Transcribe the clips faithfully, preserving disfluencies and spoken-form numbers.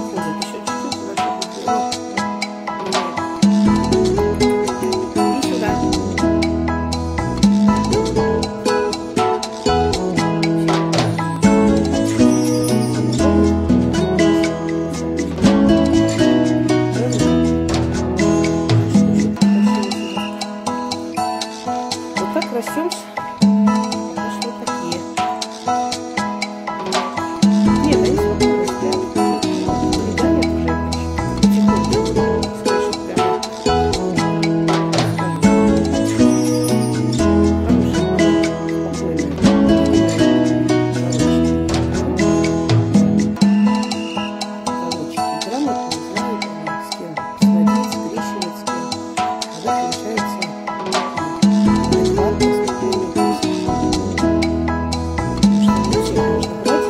заходит. Еще чуть-чуть, и вообще будет зеро. Иди сюда. Вот так растемся. Пошло такие. Нет, они спокойно спят. Не гонят уже. Потихоньку. Слышу прямо. Хорошие, спокойные. Заводчики грамотные, знают они, с кем сводить, скрещивать, с кем. Когда получается адекватные, спокойные песни. Потому что не все можно брать.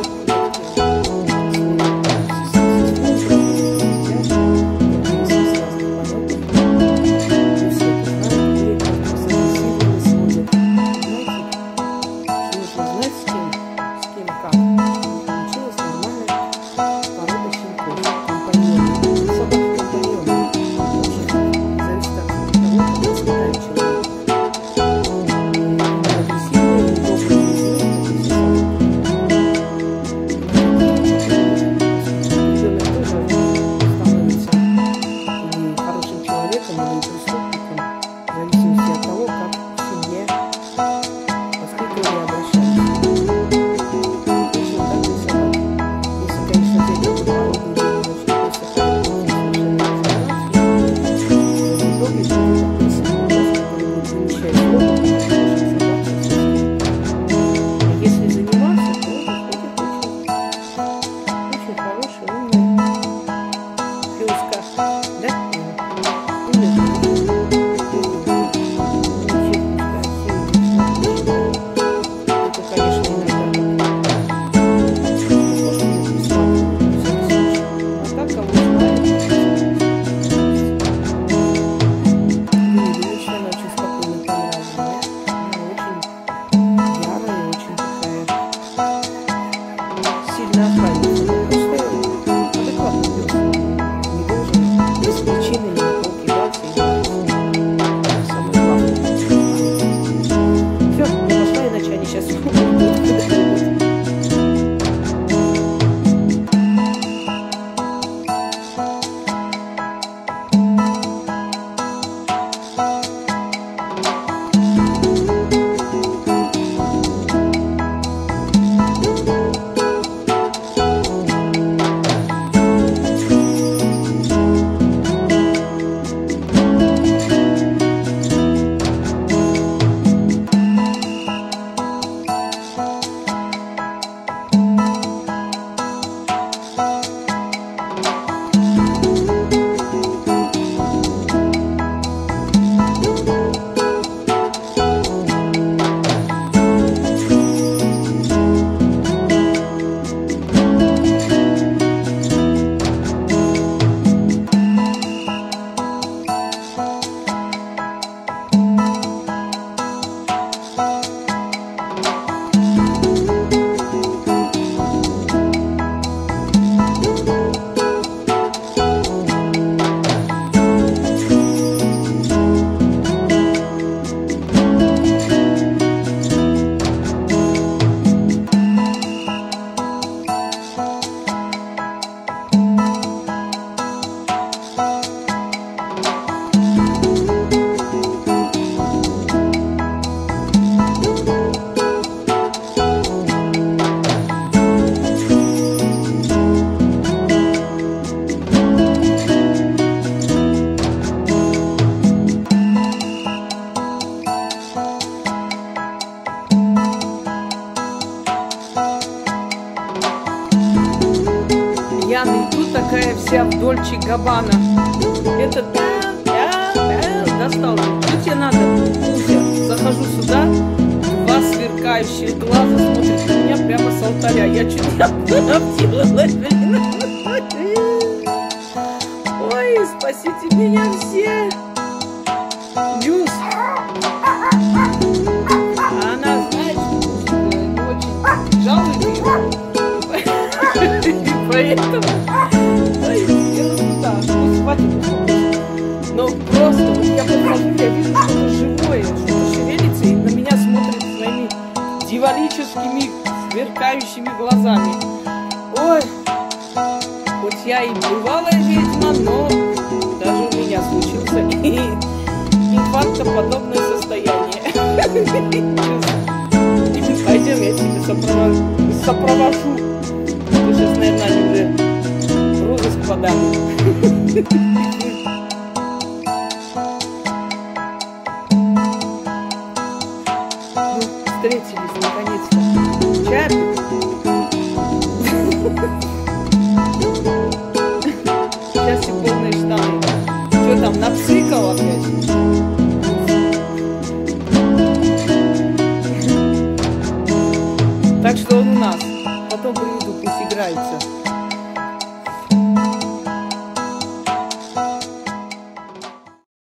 Яна, иду такая вся в Дольче Габбана. Это да, да, да, достал. Что тебе надо, Кузя? Захожу сюда, два сверкающих глаза смотрят на меня прямо с алтаря. Я чуть не обделалась, блин. Ой, спасите меня все. Дюс. Она знает, что не очень жалует ее. И поэтому сверкающими глазами. Ой, хоть я и бывалая ведьма, но даже у меня случился инфарктоподобное состояние. Пойдем, я тебе сопровожу. сопровожу. Ты сейчас, наверное, они уже розыск подали. Ну, встретились наконец-то. Чапик. Сейчас и полные штаны. Что там, напсыкал опять?